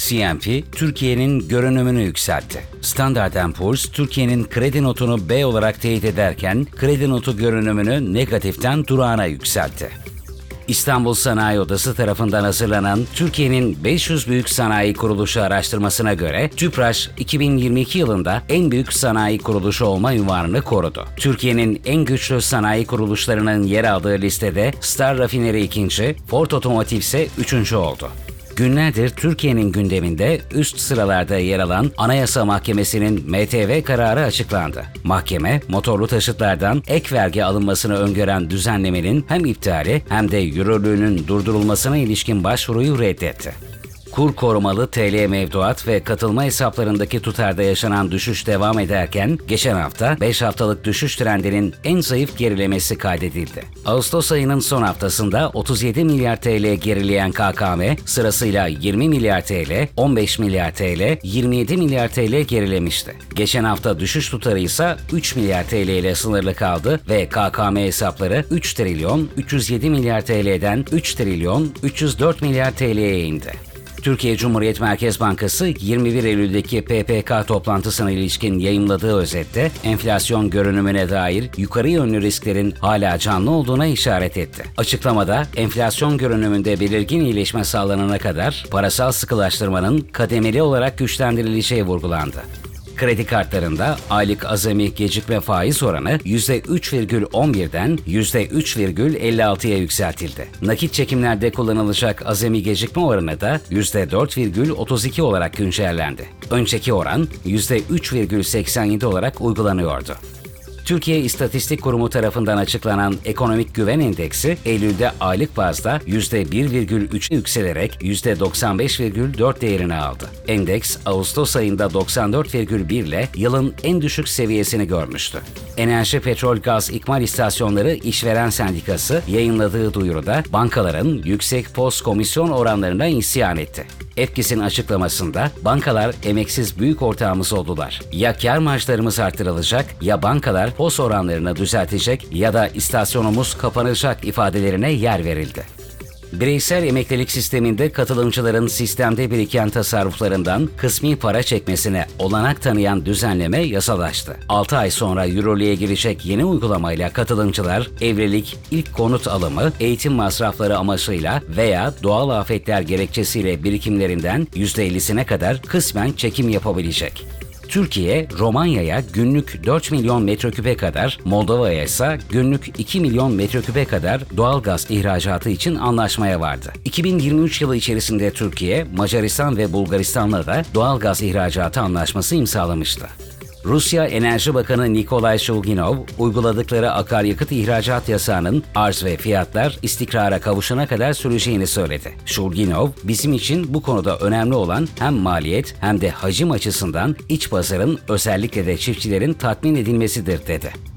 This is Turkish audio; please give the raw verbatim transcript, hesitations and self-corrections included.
C and P, Türkiye'nin görünümünü yükseltti. Standard and Poor's, Türkiye'nin kredi notunu B olarak teyit ederken, kredi notu görünümünü negatiften durağına yükseltti. İstanbul Sanayi Odası tarafından hazırlanan Türkiye'nin beş yüz Büyük Sanayi Kuruluşu araştırmasına göre TÜPRAŞ iki bin yirmi iki yılında en büyük sanayi kuruluşu olma unvanını korudu. Türkiye'nin en güçlü sanayi kuruluşlarının yer aldığı listede Star Rafineri ikinci, Ford Otomotiv ise üçüncü oldu. Günlerdir Türkiye'nin gündeminde üst sıralarda yer alan Anayasa Mahkemesi'nin M T V kararı açıklandı. Mahkeme, motorlu taşıtlardan ek vergi alınmasını öngören düzenlemenin hem iptali hem de yürürlüğünün durdurulmasına ilişkin başvuruyu reddetti. Kur korumalı T L mevduat ve katılma hesaplarındaki tutarda yaşanan düşüş devam ederken, geçen hafta beş haftalık düşüş trendinin en zayıf gerilemesi kaydedildi. Ağustos ayının son haftasında otuz yedi milyar T L gerileyen K K M sırasıyla yirmi milyar T L, on beş milyar T L, yirmi yedi milyar T L gerilemişti. Geçen hafta düşüş tutarı ise üç milyar T L ile sınırlı kaldı ve K K M hesapları üç trilyon üç yüz yedi milyar T L'den üç trilyon üç yüz dört milyar T L'ye indi. Türkiye Cumhuriyet Merkez Bankası yirmi bir Eylül'deki P P K toplantısına ilişkin yayımladığı özette enflasyon görünümüne dair yukarı yönlü risklerin hala canlı olduğuna işaret etti. Açıklamada enflasyon görünümünde belirgin iyileşme sağlanana kadar parasal sıkılaştırmanın kademeli olarak güçlendirileceği vurgulandı. Kredi kartlarında aylık azami gecikme faiz oranı yüzde üç virgül on birden yüzde üç virgül elli altıya yükseltildi. Nakit çekimlerde kullanılacak azami gecikme oranı da yüzde dört virgül otuz iki olarak güncellendi. Önceki oran yüzde üç virgül seksen yedi olarak uygulanıyordu. Türkiye İstatistik Kurumu tarafından açıklanan Ekonomik Güven Endeksi, Eylül'de aylık bazda yüzde bir virgül üç yükselerek yüzde doksan beş virgül dört değerini aldı. Endeks, Ağustos ayında doksan dört virgül bir ile yılın en düşük seviyesini görmüştü. Enerji, Petrol, Gaz İkmal İstasyonları İşveren Sendikası yayınladığı duyuruda bankaların yüksek post komisyon oranlarına isyan etti. Efkis'in açıklamasında bankalar emeksiz büyük ortağımız oldular. Ya kar marjlarımız artırılacak ya bankalar pos oranlarını düzeltecek ya da istasyonumuz kapanacak ifadelerine yer verildi. Bireysel emeklilik sisteminde katılımcıların sistemde biriken tasarruflarından kısmi para çekmesine olanak tanıyan düzenleme yasalaştı. altı ay sonra yürürlüğe girecek yeni uygulamayla katılımcılar evlilik, ilk konut alımı, eğitim masrafları amaçıyla veya doğal afetler gerekçesiyle birikimlerinden yüzde ellisine kadar kısmen çekim yapabilecek. Türkiye, Romanya'ya günlük dört milyon metreküpe kadar, Moldova'ya ise günlük iki milyon metreküpe kadar doğal gaz ihracatı için anlaşmaya vardı. iki bin yirmi üç yılı içerisinde Türkiye, Macaristan ve Bulgaristan'la da doğal gaz ihracatı anlaşması imzalamıştı. Rusya Enerji Bakanı Nikolay Shulginov, uyguladıkları akaryakıt ihracat yasağının arz ve fiyatlar istikrara kavuşana kadar süreceğini söyledi. Shulginov, bizim için bu konuda önemli olan hem maliyet hem de hacim açısından iç pazarın özellikle de çiftçilerin tatmin edilmesidir dedi.